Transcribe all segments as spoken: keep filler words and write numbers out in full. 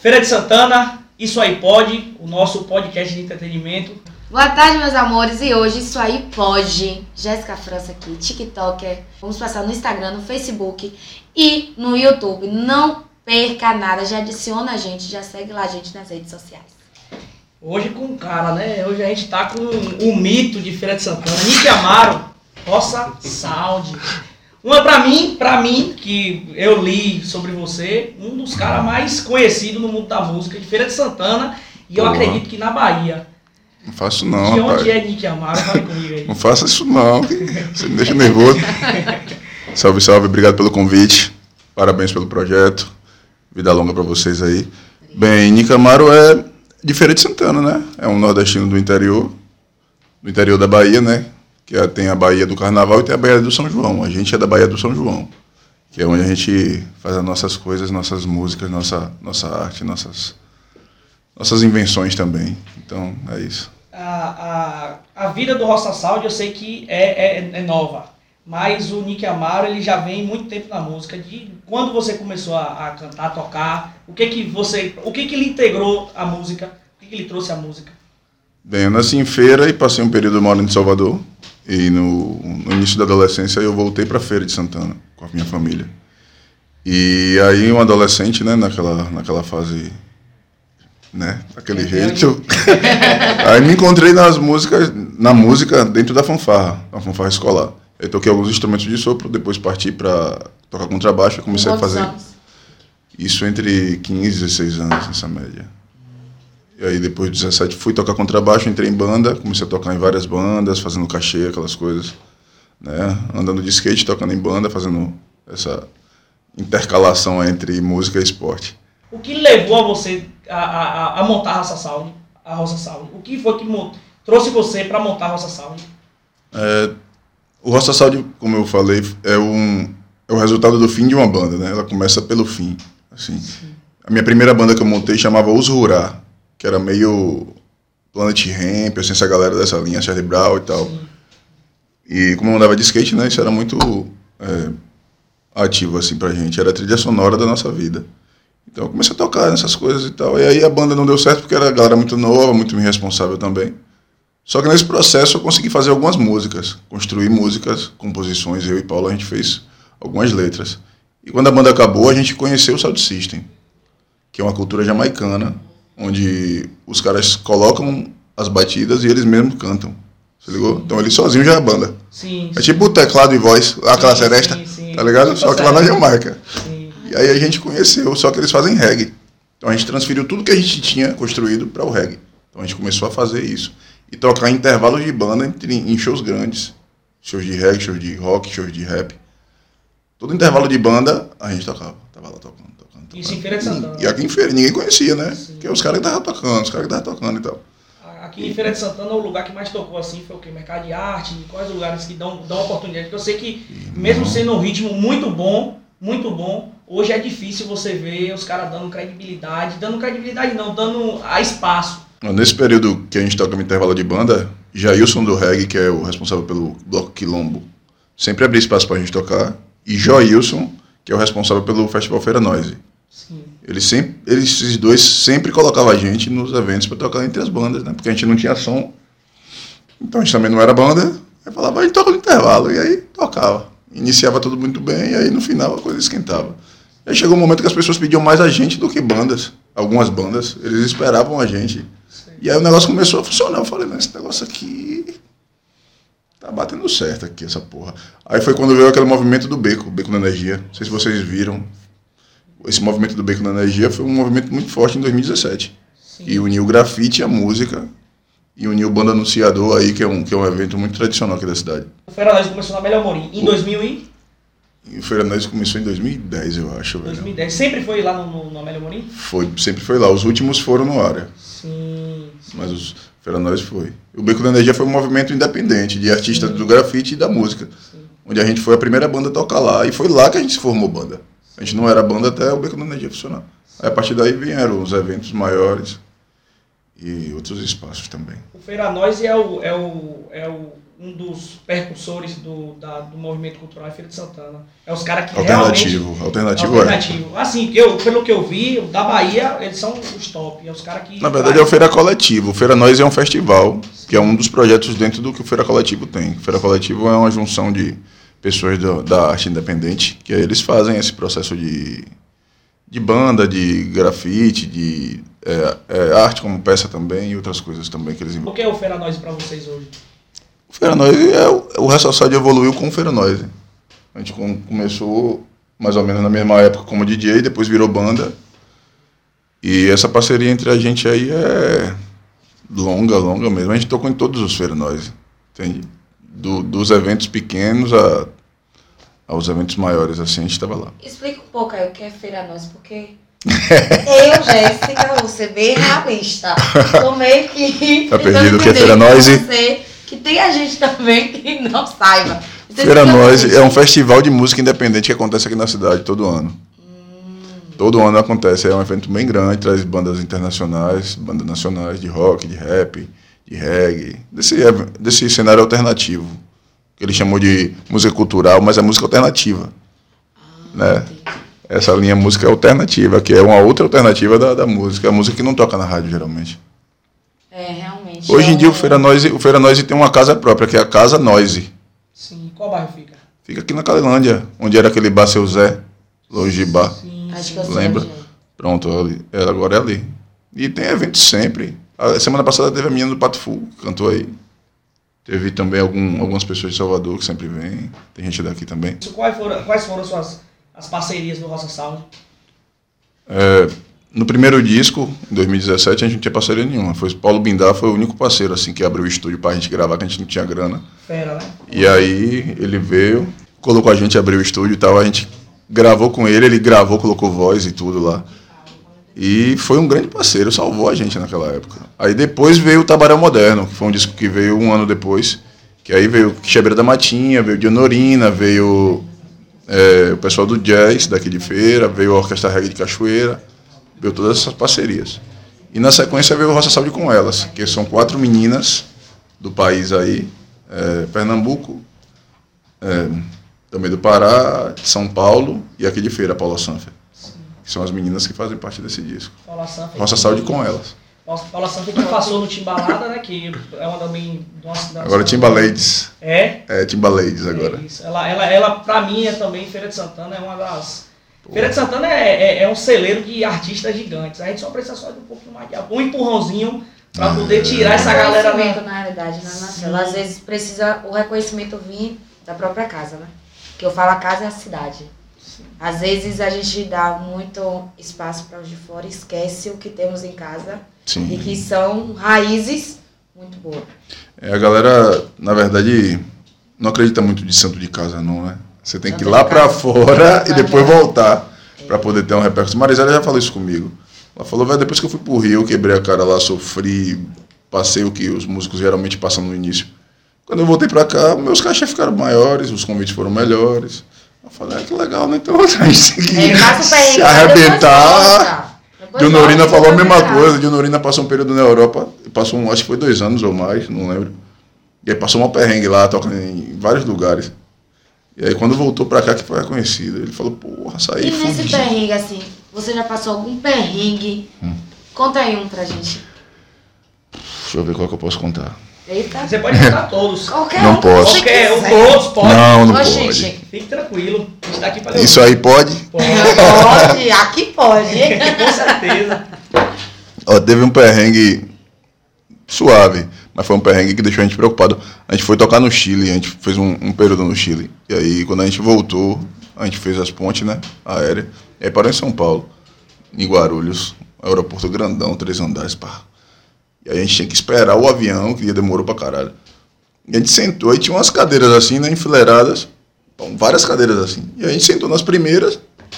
Feira de Santana, Isso Aí Pode, o nosso podcast de entretenimento. Boa tarde, meus amores, e hoje Isso Aí Pode. Jéssica França aqui, TikToker. Vamos passar no Instagram, no Facebook e no YouTube. Não perca nada, já adiciona a gente, já segue lá a gente nas redes sociais. Hoje com um cara, né? Hoje a gente tá com o mito de Feira de Santana, Nick Amaro, Roça Sound. Uma pra mim, pra mim, que eu li sobre você, um dos caras mais conhecidos no mundo da música, de Feira de Santana, e eu Porra. acredito que na Bahia. Não faço não, De onde rapaz. é Nick Amaro? Fala comigo aí. Não faça isso não, você me deixa nervoso. Salve, salve, obrigado pelo convite, parabéns pelo projeto, vida longa pra vocês aí. Bem, Nick Amaro é de Feira de Santana, né? É um nordestino do interior, do interior da Bahia, né? Que é, tem a Bahia do Carnaval e tem a Bahia do São João. A gente é da Bahia do São João, que é onde a gente faz as nossas coisas, nossas músicas, nossa, nossa arte, nossas, nossas invenções também. Então, é isso. A, a, a vida do Roça Sound eu sei que é, é, é nova, mas o Nick Amaro ele já vem muito tempo na música. De quando você começou a, a cantar, a tocar, o que que você, o que que lhe integrou a música, o que que lhe trouxe a música? Bem, eu nasci em Feira e passei um período morando em Salvador. E no, no início da adolescência eu voltei para Feira de Santana com a minha família. E aí um adolescente, né, naquela, naquela fase, né, daquele jeito. Aí me encontrei nas músicas, na música dentro da fanfarra, na fanfarra escolar. Eu toquei alguns instrumentos de sopro, depois parti para tocar contrabaixo e comecei a fazer isso entre quinze e dezesseis anos, nessa média. E aí depois de dezessete fui tocar contrabaixo, entrei em banda, comecei a tocar em várias bandas, fazendo cachê, aquelas coisas, né? Andando de skate, tocando em banda, fazendo essa intercalação entre música e esporte. O que levou a você a, a, a montar a Roça Sound? A Roça Sound? O que foi que mont... trouxe você para montar a Roça Sound? É, o Roça Sound, como eu falei, é, um, é o resultado do fim de uma banda, né? Ela começa pelo fim, assim. Sim. A minha primeira banda que eu montei chamava Os Rurá, que era meio Planet Hemp, assim, essa galera dessa linha, Charlie Brown e tal. Sim. E como eu andava de skate, né, isso era muito é, ativo, assim, pra gente. Era a trilha sonora da nossa vida. Então eu comecei a tocar nessas coisas e tal. E aí a banda não deu certo porque era a galera muito nova, muito irresponsável também. Só que nesse processo eu consegui fazer algumas músicas, construir músicas, composições. Eu e Paulo, a gente fez algumas letras. E quando a banda acabou, a gente conheceu o Sound System, que é uma cultura jamaicana, onde os caras colocam as batidas e eles mesmos cantam, você ligou? Então eles sozinhos já é a banda. Sim, é tipo teclado e voz, aquela seresta, sim, sim. Tá ligado? Só que lá na Jamaica. Sim. E aí a gente conheceu, só que eles fazem reggae. Então a gente transferiu tudo que a gente tinha construído para o reggae. Então a gente começou a fazer isso. E tocar em intervalos de banda entre, em shows grandes. Shows de reggae, shows de rock, shows de rap. Todo intervalo de banda a gente tocava, tava lá tocando. Isso em Feira de Santana. E aqui em Feira, ninguém conhecia, né? Sim. Porque os caras que estavam tocando, os caras que estavam tocando e tal. Aqui em Feira de Santana, o lugar que mais tocou assim foi o quê? Mercado de arte, quais lugares que dão, dão oportunidade? Porque eu sei que, mesmo sendo um ritmo muito bom, muito bom, hoje é difícil você ver os caras dando credibilidade, dando credibilidade não, dando a espaço. Nesse período que a gente toca no intervalo de banda, Jailson do Reggae, que é o responsável pelo Bloco Quilombo, sempre abria espaço pra gente tocar, e Joilson, que é o responsável pelo Festival Feira Noise. Sim. Eles sempre, eles, esses dois sempre colocavam a gente nos eventos para tocar entre as bandas, né? Porque a gente não tinha som. Então a gente também não era banda. Aí falava, a gente toca no intervalo. E aí tocava. Iniciava tudo muito bem e aí no final a coisa esquentava. E aí chegou um momento que as pessoas pediam mais a gente do que bandas. Algumas bandas, eles esperavam a gente. Sim. E aí o negócio começou a funcionar. Eu falei, não, esse negócio aqui tá batendo certo aqui, essa porra. Aí foi quando veio aquele movimento do Beco, Beco na Energia. Não sei se vocês viram. Esse movimento do Beco na Energia foi um movimento muito forte em dois mil e dezessete. Sim. E uniu o grafite e a música. E uniu o Banda Anunciador aí, que é, um, que é um evento muito tradicional aqui da cidade. O Feira Noise começou na Amélia Amorim em dois mil e... O Feira Noise começou em dois mil e dez, eu acho. dois mil e dez. Velho. Sempre foi lá no, no, no Amélia Amorim? Foi, sempre foi lá. Os últimos foram no área. Sim. sim. Mas o Feira Noise foi. O Beco da Energia foi um movimento independente de artistas sim. do grafite e da música. Sim. Onde a gente foi a primeira banda a tocar lá. E foi lá que a gente se formou banda. A gente não era banda até o Beco da Energia funcionar. Aí, a partir daí vieram os eventos maiores e outros espaços também. O Feira Noise é o, é o, é o um dos percussores do, da, do movimento cultural em Feira de Santana. É os caras que alternativo, realmente... Alternativo, alternativo. É. Assim, eu, pelo que eu vi, da Bahia, eles são os top. É os caras que... Na verdade, é o Feira Coletivo. O Feira Nós é um festival, sim, que é um dos projetos dentro do que o Feira Coletivo tem. O Feira Coletivo é uma junção de pessoas do, da arte independente, que eles fazem esse processo de, de banda, de grafite, de é, é, arte como peça também e outras coisas também que eles envolvem. O que é o Feira Nós para vocês hoje? O Feira Noise é o, o Ressociety evoluiu com o Feira Noise. A gente com, começou mais ou menos na mesma época como D J, depois virou banda. E essa parceria entre a gente aí é longa, longa mesmo. A gente tocou em todos os Feira Noise, entende? Do, dos eventos pequenos a, aos eventos maiores, assim, a gente estava lá. Explica um pouco aí o que é Feira Noise, porque eu, Jéssica, vou ser bem realista. Tô meio que... Tá perdido o que é Feira Noise? Você, que tem a gente também que não saiba. Então, Feira Noise é um festival de música independente que acontece aqui na cidade todo ano. Hum. Todo ano acontece, é um evento bem grande, traz bandas internacionais, bandas nacionais de rock, de rap, de reggae, desse, desse cenário alternativo, que ele chamou de música cultural, mas é música alternativa. Ah, né? Essa linha música alternativa, que é uma outra alternativa da, da música, a música que não toca na rádio geralmente. É, realmente. Hoje em é... dia o Feira Noise, o Feira Noise tem uma casa própria, que é a Casa Noise. Sim, qual bairro fica? Fica aqui na Calilândia, onde era aquele bar Seu Zé, longe de bar. Sim, acho que eu sei. Lembra? Pronto, ali, agora é ali. E tem eventos sempre. A semana passada teve a menina do Pato Fu, que cantou aí. Teve também algum, algumas pessoas de Salvador que sempre vêm. Tem gente daqui também. Quais foram, quais foram as suas as parcerias do Roça Sound? É, no primeiro disco, em dois mil e dezessete, a gente não tinha parceria nenhuma. Foi o Paulo Bindar, foi o único parceiro assim, que abriu o estúdio pra gente gravar, que a gente não tinha grana. Fera, né? E aí ele veio, colocou a gente, abriu o estúdio e tal. A gente gravou com ele, ele gravou, colocou voz e tudo lá. E foi um grande parceiro, salvou a gente naquela época. Aí depois veio o Tabaréu Moderno, que foi um disco que veio um ano depois. Que aí veio Quebra da Matinha, veio Dionorina, veio é, o pessoal do jazz daqui de Feira, veio a Orquestra Reggae de Cachoeira, veio todas essas parcerias. E na sequência veio o Roça Saúde com elas, que são quatro meninas do país aí, é, Pernambuco, é, também do Pará, de São Paulo e aqui de Feira, Paula Sanfer. Que são as meninas que fazem parte desse disco. Paula Sanfer. Roça Saúde com elas. Paula Sanfer que passou no Timbalada, né? Que é uma também... Nossa, agora Timbalades. É? É, Timbalades agora. É isso. Ela, ela, ela, pra mim, é também, Feira de Santana é uma das... Pô. Feira de Santana é, é, é um celeiro de artistas gigantes. A gente só precisa só de um pouquinho mais de... Um empurrãozinho pra ah, poder tirar é. essa galera... Reconhecimento, na realidade, né, Marcelo? Às vezes precisa o reconhecimento vir da própria casa, né? Que eu falo, a casa é a cidade. Às vezes a gente dá muito espaço para os de fora e esquece o que temos em casa. Sim. E que são raízes muito boas. É, a galera, na verdade, não acredita muito de santo de casa, não, né? Você tem santo que ir lá para fora e depois voltar é. para poder ter um repercussão. Marisela já falou isso comigo. Ela falou, velho, depois que eu fui pro Rio, eu quebrei a cara lá, sofri, passei o que os músicos geralmente passam no início. Quando eu voltei para cá, meus caixas ficaram maiores, os convites foram melhores. Eu falei, ah, que legal, né? Então a gente tem que é, se arrebentar. Dionorina falou a mesma coisa. Dionorina passou um período na Europa, passou um, acho que foi dois anos ou mais, não lembro. E aí passou uma perrengue lá, tocando em vários lugares. E aí quando voltou pra cá que foi reconhecido, ele falou, porra, saí. E nesse fundi. Perrengue assim, você já passou algum perrengue? Hum. Conta aí um pra gente. Deixa eu ver qual que eu posso contar. Eita. Você pode contar todos. Qualquer não um. Posso. Qualquer um, todos pode. Não, não Ô, pode. Gente, fique tranquilo. A gente tá aqui pra isso aí pode? Pode. Pode, aqui pode. Com certeza. Ó, teve um perrengue suave, mas foi um perrengue que deixou a gente preocupado. A gente foi tocar no Chile, a gente fez um, um período no Chile. E aí, quando a gente voltou, a gente fez as pontes, né, aérea. E aí parou em São Paulo, em Guarulhos, aeroporto grandão, três andares, pá. E aí a gente tinha que esperar o avião, que demorou pra caralho. E a gente sentou, e tinha umas cadeiras assim, né, enfileiradas, várias cadeiras assim. E aí a gente sentou nas primeiras,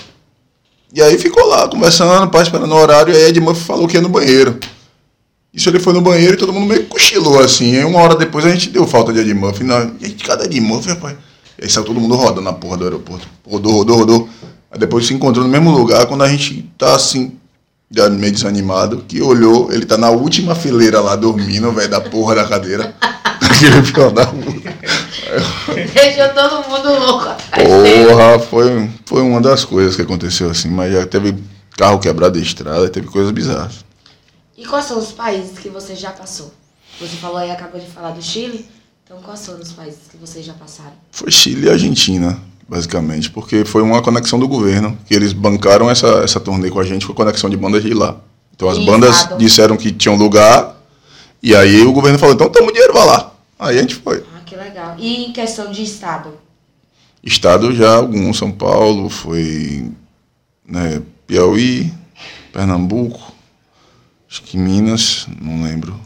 e aí ficou lá, conversando, pá, esperando o horário, e aí Ed Murphy falou que ia no banheiro. Isso ele foi no banheiro e todo mundo meio que cochilou, assim. E aí uma hora depois a gente deu falta de Ed Murphy. Na... E aí, cadê Ed Murphy, rapaz? E aí saiu todo mundo rodando na porra do aeroporto. Rodou, rodou, rodou. Aí depois se encontrou no mesmo lugar, quando a gente tá assim, já meio desanimado, que olhou, ele tá na última fileira lá dormindo, velho, da porra da cadeira. Aquele final da rua. Deixou todo mundo louco. Porra, foi, foi uma das coisas que aconteceu assim, mas já teve carro quebrado de estrada, teve coisas bizarras. E quais são os países que você já passou? Você falou aí, acabou de falar do Chile, então quais foram os países que vocês já passaram? Foi Chile e Argentina, basicamente, porque foi uma conexão do governo, que eles bancaram essa, essa turnê com a gente com a conexão de bandas de lá. Então as E bandas estado? disseram que tinham lugar, e aí o governo falou, então tamo dinheiro, vai lá. Aí a gente foi. Ah, que legal. E em questão de estado? Estado já algum, São Paulo, foi né, Piauí, Pernambuco, acho que Minas, não lembro.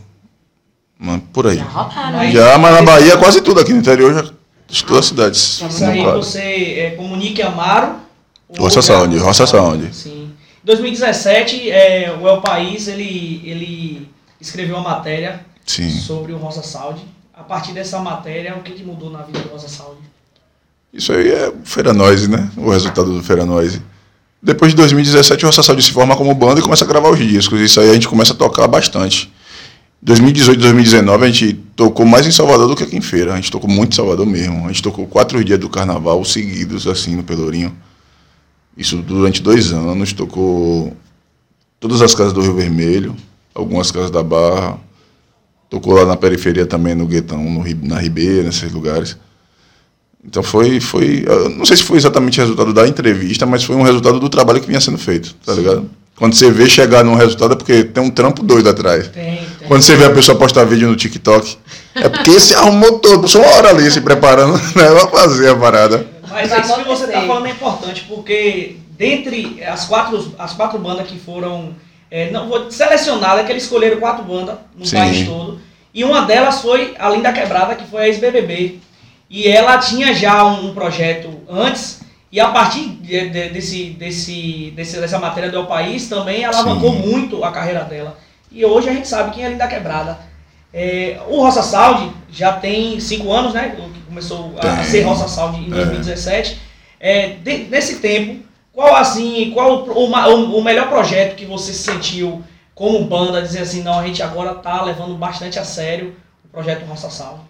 Mas por aí. Já rodaram, Mas- hein? Já, mas na Bahia quase tudo, aqui no interior já todas as cidades. Já Isso aí Claro. você é, comunica Amaro. o Roça lugar- Sound, Roça Sound. Sim. Em dois mil e dezessete, é, o El País, ele, ele escreveu uma matéria Sim. sobre o Roça Sound. A partir dessa matéria, o que, que mudou na vida do Roça Sound? Isso aí é o Feira Noise, né? O resultado do Feira Noise. Depois de dois mil e dezessete, o Roça Sound se forma como banda e começa a gravar os discos. Isso aí a gente começa a tocar bastante. dois mil e dezoito, dois mil e dezenove, a gente tocou mais em Salvador do que aqui em Feira. A gente tocou muito em Salvador mesmo. A gente tocou quatro dias do carnaval seguidos, assim, no Pelourinho. Isso durante dois anos. Tocou todas as casas do Rio Vermelho, algumas casas da Barra. Tocou lá na periferia também, no Guetão, no, Ri- na Ribeira, nesses lugares. Então foi, foi... eu não sei se foi exatamente o resultado da entrevista, mas foi um resultado do trabalho que vinha sendo feito, tá ligado? Quando você vê chegar num resultado é porque tem um trampo doido atrás. Tem, tem. Quando você vê a pessoa postar vídeo no TikTok, é porque se arrumou todo, passou uma hora ali se preparando, né, pra fazer a parada. Mas Vai isso que você está acontecer. falando é importante, porque dentre as quatro, as quatro bandas que foram é, não, vou selecionadas, é que eles escolheram quatro bandas no Sim. país todo, e uma delas foi a Linda Quebrada, que foi a ex-B B B. E ela tinha já um, um projeto antes, e a partir de- de- desse, desse, desse, dessa matéria do El País, também alavancou Sim. muito a carreira dela. E hoje a gente sabe quem é a Linda Quebrada. É, o Roça Sound já tem cinco anos, né? Que começou a Tem. ser Roça Sound em dois mil e dezessete. É, de- nesse tempo, qual assim, qual o, o, ma- o- o melhor projeto que você se sentiu como banda, dizer assim, não, a gente agora tá levando bastante a sério o projeto Roça Sound?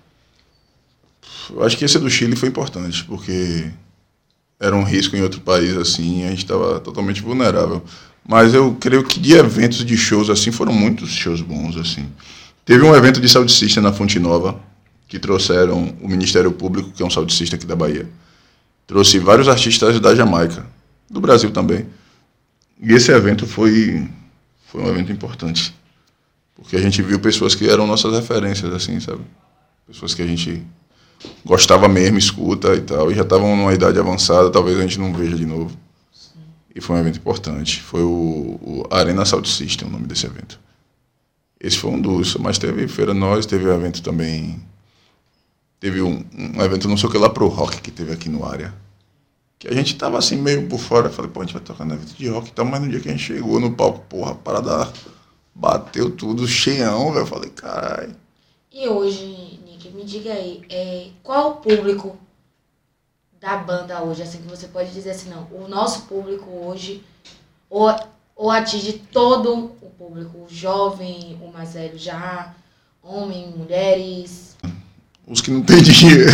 Eu acho que esse do Chile foi importante, porque era um risco em outro país assim, e a gente estava totalmente vulnerável. Mas eu creio que de eventos de shows assim, foram muitos shows bons assim. Teve um evento de Sound System na Fonte Nova, que trouxeram o Ministério Público, que é um Sound System aqui da Bahia. Trouxe vários artistas da Jamaica, do Brasil também. E esse evento foi, foi um evento importante, porque a gente viu pessoas que eram nossas referências, assim, sabe? Pessoas que a gente gostava mesmo, escuta e tal, e já estavam numa idade avançada, talvez a gente não veja de novo. E foi um evento importante. Foi o, o Arena Sound System, o nome desse evento. Esse foi um dos, mas teve Feira Nós, teve um evento também, teve um, um evento não sei o que lá pro rock que teve aqui no área. Que a gente tava assim meio por fora, eu falei, pô, a gente vai tocar no evento de rock e tal, mas no dia que a gente chegou no palco, porra, a parada bateu tudo, cheião, velho, eu falei, caralho. E hoje, Nick, me diga aí, é, qual o público da banda hoje, assim, que você pode dizer assim, não, o nosso público hoje, ou, ou atinge todo o público, o jovem, o mais velho já, homem, mulheres... Os que não têm dinheiro.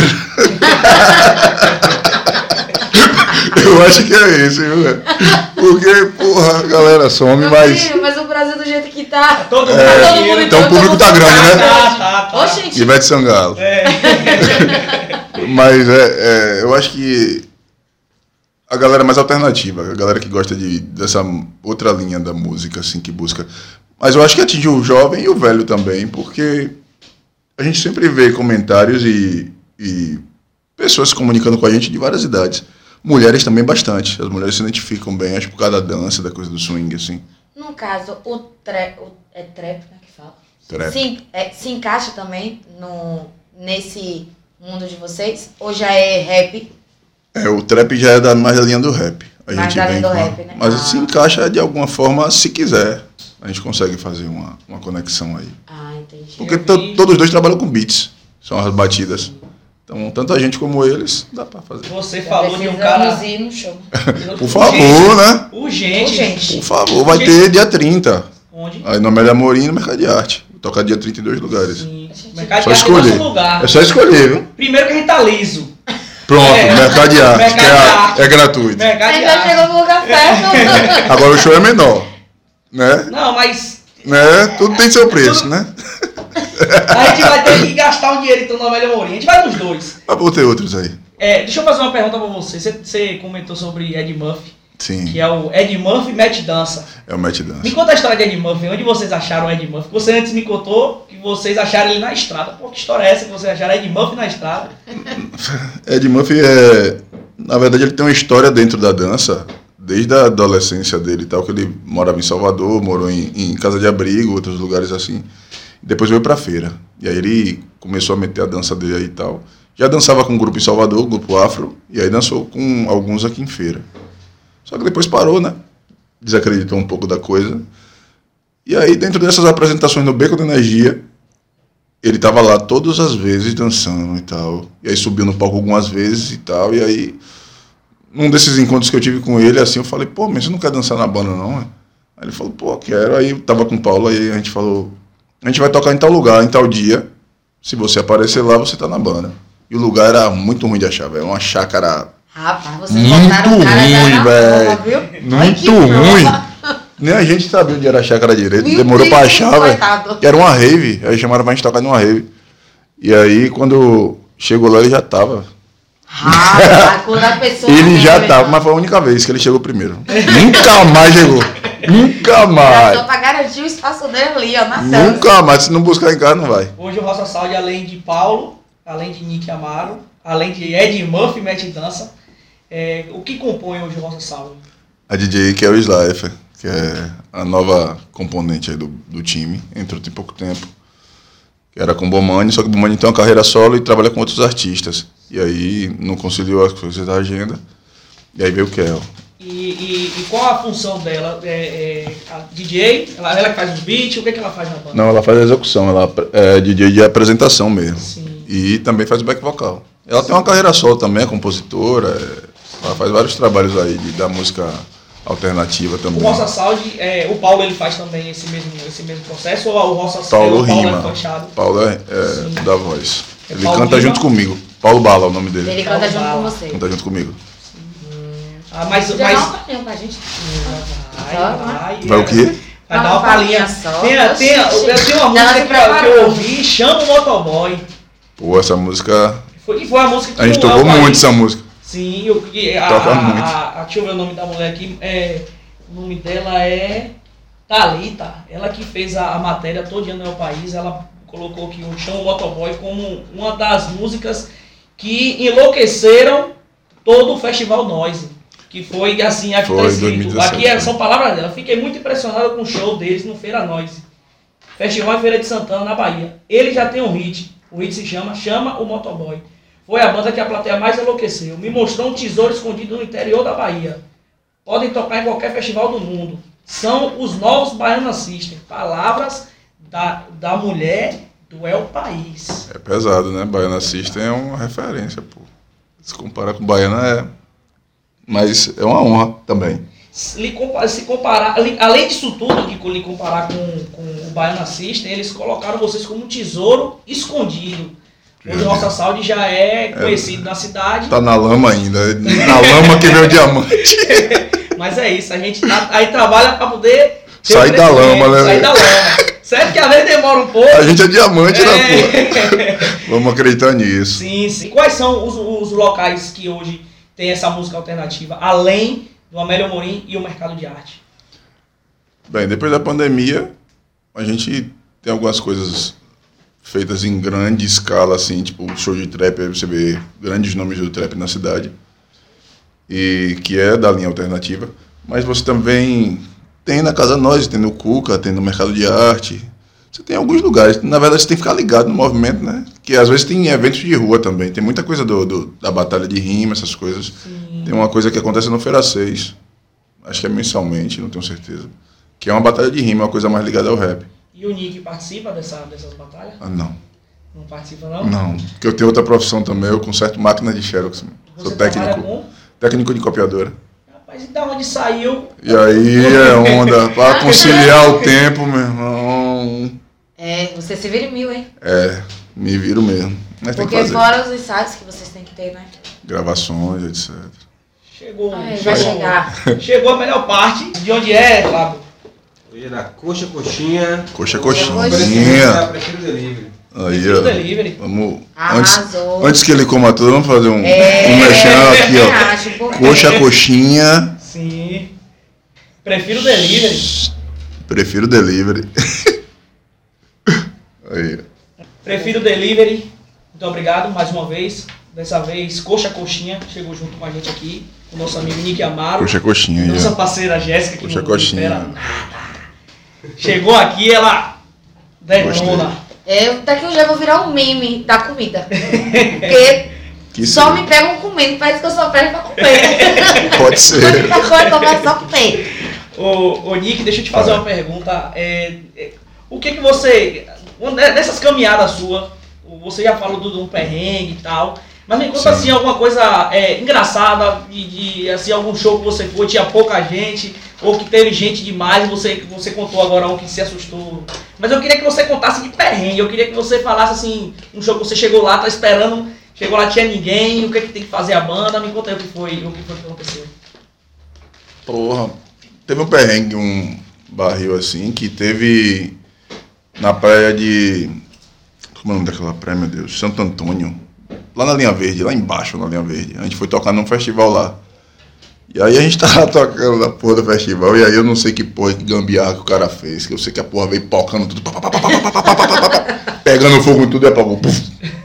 Eu acho que é esse, viu, velho? Porque, porra, a galera some, Meu mas... filho, mas o Brasil do jeito que tá... Todo mundo É, tem todo dinheiro. mundo então o público todo tá mundo grande, né? Tá, tá, tá. Ô, gente, Ivete Sangalo. É. Mas é, é, eu acho que a galera mais alternativa, a galera que gosta de, dessa outra linha da música, assim, que busca. Mas eu acho que atinge o jovem e o velho também, porque a gente sempre vê comentários e, e pessoas se comunicando com a gente de várias idades. Mulheres também bastante. As mulheres se identificam bem, acho, por causa da dança, da coisa do swing, assim. no caso, o trap, o, é trap, né, que fala? Trap. Se, é, se encaixa também no, nesse mundo de vocês? Ou já é rap? É, o trap já é da, mais da linha do rap. A Mais gente da vem linha do com a- rap, né? Mas Ah. se encaixa de alguma forma, se quiser. A gente consegue fazer uma, uma conexão aí. Ah, entendi. Porque Eu to- vi. todos os dois trabalham com beats. São as batidas. Então, tanto a gente como eles, dá pra fazer. Você falou de um cara... Precisamos ir no show. Por favor, né? Urgente. Urgente. Por favor, vai ter dia trinta. Onde? Aí no Amélia Amorim e no Mercado de Arte. Vou tocar dia trinta em dois lugares. Sim. Mercado Só de Arte é escolher. nosso lugar. É só escolher, viu? Primeiro que a gente tá liso. Pronto, É. Mercado de Arte, Mercado que é, de a- Arte. é gratuito. Mercado de Ainda Arte. chegou no lugar certo. Agora o show é menor, né? Não, mas né? Tudo tem seu preço, né? a gente vai ter que gastar um dinheiro então no Amélia Amorim. A gente vai nos dois. Mas vou ter outros aí. É, deixa eu fazer uma pergunta pra você. Você, você comentou sobre Ed Murphy, Sim, que é o Ed Murphy Match Dança. é o Match Me Dance. conta a história de Ed Murphy. Onde vocês acharam o Ed Murphy? Você antes me contou que vocês acharam ele na estrada. Pô, que história é essa que vocês acharam Ed Murphy na estrada? Ed Murphy é... Na verdade, ele tem uma história dentro da dança, desde a adolescência dele e tal, que ele morava em Salvador, morou em, em casa de abrigo, outros lugares assim. Depois veio pra feira. E aí ele começou a meter a dança dele aí e tal. Já dançava com um grupo em Salvador, o grupo Afro, e aí dançou com alguns aqui em feira. Só que depois parou, né? Desacreditou um pouco da coisa. E aí, dentro dessas apresentações no Beco da Energia, ele tava lá todas as vezes dançando e tal. E aí subiu no palco algumas vezes e tal. E aí, num desses encontros que eu tive com ele, assim, eu falei, pô, mas você não quer dançar na banda, não? Aí ele falou, pô, quero. Aí eu tava com o Paulo, aí a gente falou, a gente vai tocar em tal lugar, em tal dia. Se você aparecer lá, você tá na banda. E o lugar era muito ruim de achar, velho. Uma chácara Rapaz, vocês muito botaram o cara já ruim, na velho. prova, viu? Ai, Muito que prova. ruim. Nem a gente sabia onde era a chácara direito. Meu Demorou Deus, pra achar, velho. coitado. Era uma rave. Aí chamaram pra gente tocar numa rave. E aí, quando chegou lá, ele já tava. Rapaz, quando a pessoa... Ele já lembra, tava, mas foi a única vez que ele chegou primeiro. Nunca mais chegou. Nunca Já mais. tô pra garantir o espaço dele ali, ó, na dança. Nunca mais. Se não buscar em casa, não vai. Hoje o Roça Saúde, além de Paulo, além de Nick Amaro, além de Ed Murphy Match Dança, é, o que compõe hoje o Roça Saúde? A D J que é o Slifer, que é a nova componente aí do, do time. Entrou tem pouco tempo. Que era com o Bomani, só que o Bomani tem uma carreira solo e trabalha com outros artistas. E aí não conciliou as coisas da agenda. E aí veio o Kel. E, e, e qual a função dela? É, é a D J? Ela, ela que faz os beats? O que, é que ela faz na banda? Não, ela faz a execução, ela é D J de apresentação mesmo. Sim. E também faz back vocal. Ela tem uma carreira solo também, é compositora, é, ela faz vários trabalhos aí de, da música alternativa O também. Roça Saúde, é, o Paulo ele faz também esse mesmo, esse mesmo processo? Ou o Roça Paulo o Paulo rima. é fechado? Paulo é, Sim. é da voz. É Ele Paulo canta Rima? junto comigo. Paulo Bala é o nome dele. Ele canta junto com você. Canta junto comigo. Ah, mas, Já dá mas uma palhinha pra gente. vai, Só, vai. Vai o quê? Vai Dá dar uma uma palhinha. palhinha só. Tem, a- tem, a- eu tenho uma Dá música se que, eu- que eu preparando. ouvi, Chama o Motoboy. Pô, essa música. Foi, e foi a música que A gente o tocou Elvis- muito essa música. Sim, eu, e a, Toca a, muito. A, a, deixa eu ver o nome da mulher aqui. É, o nome dela é Thalita. Ela que fez a, a matéria Todo Dia no Meu País. Ela colocou que o Chama o Motoboy como uma das músicas que enlouqueceram todo o Festival Noise. Que foi assim, aqui Foi, tá escrito. dois mil e dezessete, Aqui é- né? são palavras dela. Fiquei muito impressionado com o show deles no Feira Noise. Festival em Feira de Santana, na Bahia. Ele já tem um hit. O hit se chama Chama o Motoboy. Foi a banda que a plateia mais enlouqueceu. Me mostrou um tesouro escondido no interior da Bahia. Podem tocar em qualquer festival do mundo. São os novos Baiana System. Palavras da, da mulher do El País. É pesado, né? Baiana System é uma referência, pô. Se comparar com Baiana é. Mas é uma honra também. Se, lhe compa- se comparar, ali- além disso tudo, de co- lhe comparar com, com o Baiana System, eles colocaram vocês como um tesouro escondido. Hoje o Roça Saúde já é conhecido na cidade. Tá na lama ainda. Na lama que vem o diamante. Mas é isso, a gente tá- aí trabalha para poder ter Sair um da crescimento, lama, né? Sair da lama. Certo que às vezes demora um pouco. A gente é diamante, né, É. pô? Vamos acreditar nisso. Sim, sim. Quais são os, os locais que hoje tem essa música alternativa, além do Amélia Amorim e o mercado de arte? Bem, depois da pandemia, a gente tem algumas coisas feitas em grande escala, assim, tipo show de trap, aí você vê grandes nomes do trap na cidade, e que é da linha alternativa, mas você também tem na Casa Nós, tem no Cuca, tem no mercado de arte, você tem alguns lugares, na verdade você tem que ficar ligado no movimento, né, que às vezes tem eventos de rua também, tem muita coisa do, do- da batalha de rima, essas coisas, Sim. tem uma coisa que acontece no Feira seis, acho que é mensalmente, não tenho certeza, que é uma batalha de rima, uma coisa mais ligada ao rap. E o Nick participa dessa, dessas batalhas? Ah, não. Não participa, não? Não, porque eu tenho outra profissão também, eu conserto máquinas de Xerox. Sou Você técnico, com... técnico de copiadora. Rapaz, e da onde saiu? E aí é onda, pra conciliar o tempo, meu irmão. É, você se vira em mil, hein? É, me viro mesmo. Mas tem que Porque fazer. fora os ensaios que vocês têm que ter, né? Gravações, etcétera. Chegou, Ai, chegou, vai chegar. Chegou a melhor parte. De onde é, Fábio? Hoje é da coxa, coxinha. Coxa, coxinha. coxinha. Prefiro delivery. Aí, Prefiro ó. delivery. Vamos. Antes, Arrasou. antes que ele coma tudo, vamos fazer um, É, um mexão aqui, eu ó. acho, porque- Coxa, coxinha. Sim. Prefiro delivery. Prefiro delivery. Aí. Prefiro delivery. Muito obrigado mais uma vez. Dessa vez, Coxa Coxinha chegou junto com a gente aqui. O nosso amigo Nick Amaro. Coxa, coxinha. Aí, Nossa ó. parceira Jéssica, que Coxa, não coxinha. espera nada. Chegou aqui, ela detona. É, daqui um dia eu vou virar um meme da comida. Porque Que só seja. me pegam comendo, parece que eu só pego pra comer. Pode ser. Muita coisa, eu começo só a comer. Ô, ô Nick, deixa eu te fazer Vai. uma pergunta. É, é, o que que você... Nessas caminhadas suas, você já falou do, de um perrengue e tal, mas me conta Sim. assim, alguma coisa é, engraçada, de, de assim, algum show que você foi, tinha pouca gente, ou que teve gente demais, e você, você contou agora um que se assustou. Mas eu queria que você contasse de perrengue, eu queria que você falasse assim, um show que você chegou lá, tá esperando, chegou lá, tinha ninguém, o que é que tem que fazer a banda, me conta aí o que foi, o que foi que aconteceu. Porra. Teve um perrengue, um barril assim, que teve na praia de... Como é o nome daquela praia, meu Deus? Santo Antônio. Lá na Linha Verde, lá embaixo na Linha Verde. A gente foi tocar num festival lá. E aí a gente tava tocando na porra do festival, e aí eu não sei que porra, que gambiarra que o cara fez, que eu sei que a porra veio pocando tudo, pá, pá, pá, pá, pá, pá, pá, pá, pá, pá, pegando fogo em tudo e apagou. Puf.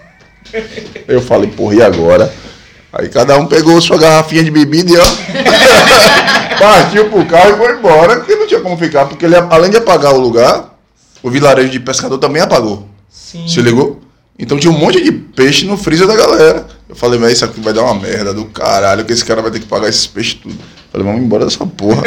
Eu falei, porra, e agora? Aí cada um pegou sua garrafinha de bebida e ó, partiu pro carro e foi embora, porque não tinha como ficar, porque ele, além de apagar o lugar, o vilarejo de pescador também apagou. Sim. Se ligou? Então tinha um monte de peixe no freezer da galera. Eu falei, mas isso aqui vai dar uma merda do caralho, que esse cara vai ter que pagar esses peixes tudo. Eu falei, vamos embora dessa porra.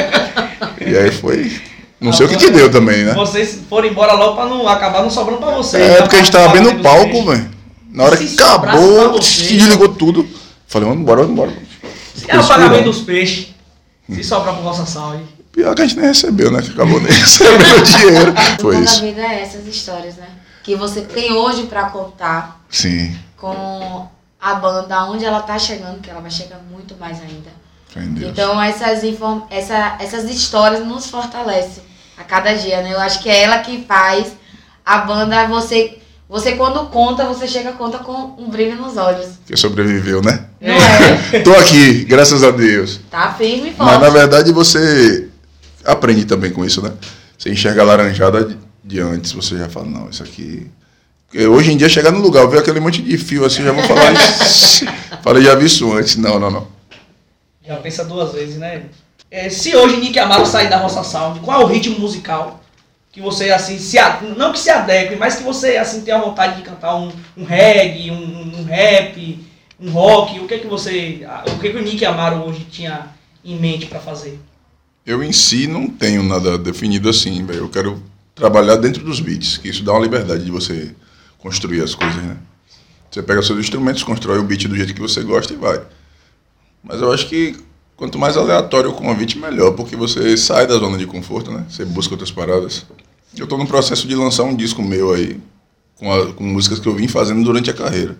E aí foi... Não sei o que que deu também, né? Vocês foram embora logo pra não acabar não sobrando pra vocês. É, né? porque a gente tava Pra- bem pra no vender os palco, peixes. velho. Na hora Se que sobrasse pra acabou, vocês, desligou tudo. Falei, vamos embora, vamos embora. É o pagamento dos peixes. Se sobrar pro vossa saúde. Pior que a gente nem recebeu, né? Que acabou nem recebendo o dinheiro. O Foi bom da isso. vida é essas histórias, né? Que você tem hoje pra contar Sim. com a banda, onde ela tá chegando, que ela vai chegar muito mais ainda. Fé em Deus. Então essas, inform... essa, essas histórias nos fortalecem a cada dia, né? Eu acho que é ela que faz a banda, você, você quando conta, você chega conta com um brilho nos olhos. Porque sobreviveu, né? Não é? Tô aqui, graças a Deus. Tá firme e forte. Mas na verdade você aprende também com isso, né? Você enxerga a laranjada de, de antes, você já fala, não, isso aqui... Porque hoje em dia, chegar no lugar, eu ver aquele monte de fio assim, já vou falar isso. Falei, já vi isso antes. Não, não, não. Já pensa duas vezes, né? É, se hoje Nick Amaro sair da Roça Sound, qual é o ritmo musical que você, assim, se a- não que se adeque, mas que você, assim, tenha vontade de cantar um, um reggae, um, um rap, um rock? O que é que você... O que, é que o Nick Amaro hoje tinha em mente pra fazer? Eu em si não tenho nada definido assim, velho. Eu quero trabalhar dentro dos beats, que isso dá uma liberdade de você construir as coisas, né? Você pega seus instrumentos, constrói o beat do jeito que você gosta e vai. Mas eu acho que quanto mais aleatório o convite, melhor, porque você sai da zona de conforto, né? Você busca outras paradas. Eu tô no processo de lançar um disco meu aí, com, a- com músicas que eu vim fazendo durante a carreira.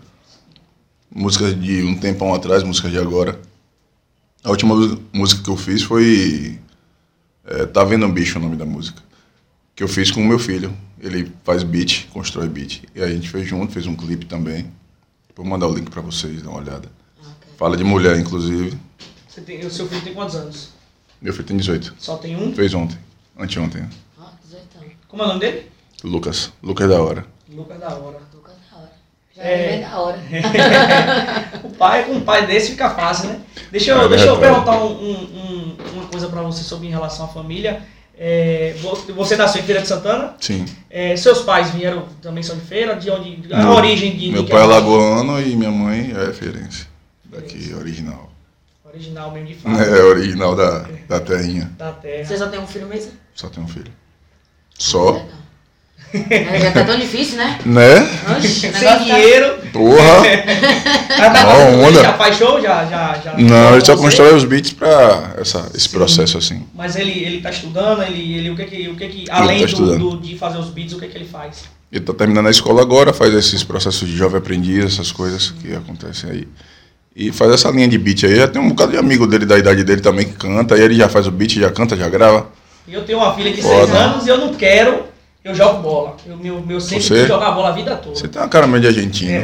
Músicas de um tempão atrás, músicas de agora. A última música que eu fiz foi... É, Tá Vendo um Bicho, o nome da música. Que eu fiz com o meu filho. Ele faz beat, constrói beat. E aí a gente fez junto, fez um clipe também. Vou mandar o link pra vocês, dar uma olhada. Fala de mulher, inclusive. Você tem, o seu filho tem quantos anos? Meu filho tem dezoito. Só tem um? Fez ontem. Anteontem. Ó, dezoito anos. Como é o nome dele? Lucas. Lucas da hora. Lucas da Hora. Lucas da hora. Já É. é bem da hora. O pai com um pai desse fica fácil, né? Deixa eu, É deixa eu verdade. perguntar um- um- um- uma coisa pra você sobre em relação à família. É, vo- você nasceu em Feira de Santana? Sim. É, seus pais vieram, também são de Feira? De onde? A Meu- origem de Meu Nick pai é Amaro? lagoano e minha mãe é referência. Daqui, original. Original mesmo de fato. É, original da, da terrinha. Da terra. Você só tem um filho mesmo? Só tem um filho. Só? Legal. É, já tá tão difícil, né? Né? Oxi, o Sem negócio tá... dinheiro. Porra! Já, tá Ó, fazendo- onda. já faz show? Já, já, já Não, ele só você? constrói os beats pra essa, esse Sim. processo assim. Mas ele, ele tá estudando, ele, ele, o que que, o que, que além tá do, estudando. do- de fazer os beats, o que que ele faz? Ele tá terminando a escola agora, faz esses processos de jovem aprendiz, essas coisas que acontecem aí. E faz essa linha de beat aí. Já tem um bocado de amigo dele da idade dele também que canta. Aí ele já faz o beat, já canta, já grava. E eu tenho uma filha de Foda. seis anos e eu não quero, eu jogo bola. Eu, meu, meu sempre Você? quis jogar bola a vida toda. Você tem uma cara meio de argentino.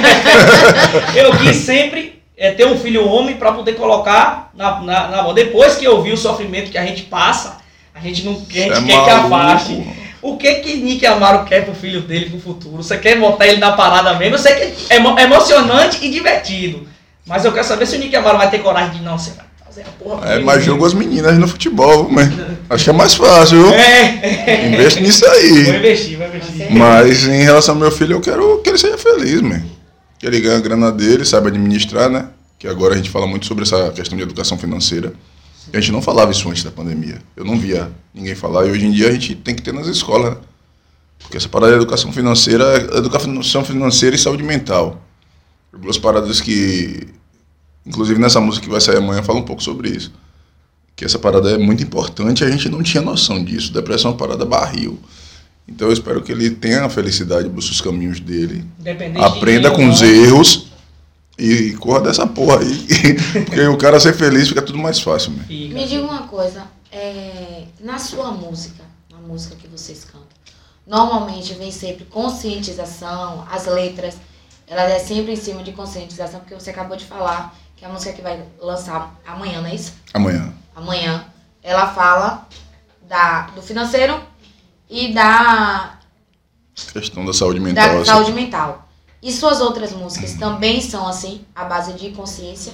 Eu quis sempre é, ter um filho homem para poder colocar na, na, na bola. Depois que eu vi o sofrimento que a gente passa, a gente não quer, a gente Cê é quer que maluco. afaste. O que que Nick Amaro quer pro filho dele pro futuro? Você quer botar ele na parada mesmo? Eu sei que é emo- emocionante e divertido. Mas eu quero saber se o Nick Amaro vai ter coragem de não, você vai fazer a porra. É, comigo mas mesmo. jogo as meninas no futebol, mas acho que é mais fácil, viu? É. Investe nisso Vou aí. investir, vou investir. Mas em relação ao meu filho, eu quero que ele seja feliz, man. Que ele ganhe a grana dele, saiba administrar, né? Que agora a gente fala muito sobre essa questão de educação financeira. A gente não falava isso antes da pandemia. Eu não via ninguém falar. E hoje em dia a gente tem que ter nas escolas, né? Porque essa parada de educação financeira é educação financeira e saúde mental. Duas paradas que, inclusive nessa música que vai sair amanhã, fala um pouco sobre isso. Que essa parada é muito importante e a gente não tinha noção disso. Depressão é uma parada barril. Então eu espero que ele tenha a felicidade, busque os caminhos dele. Independente Aprenda de com os erros e corra dessa porra aí. Porque o cara ser feliz fica tudo mais fácil, né? Fica. Me diga uma coisa, é, na sua música, na música que vocês cantam, normalmente vem sempre conscientização, as letras, ela é sempre em cima de conscientização, porque você acabou de falar que a música que vai lançar amanhã, não é isso? Amanhã. Amanhã, ela fala da, do financeiro e da, Questão da saúde mental. da assim. saúde mental. E suas outras músicas também são assim, à base de consciência?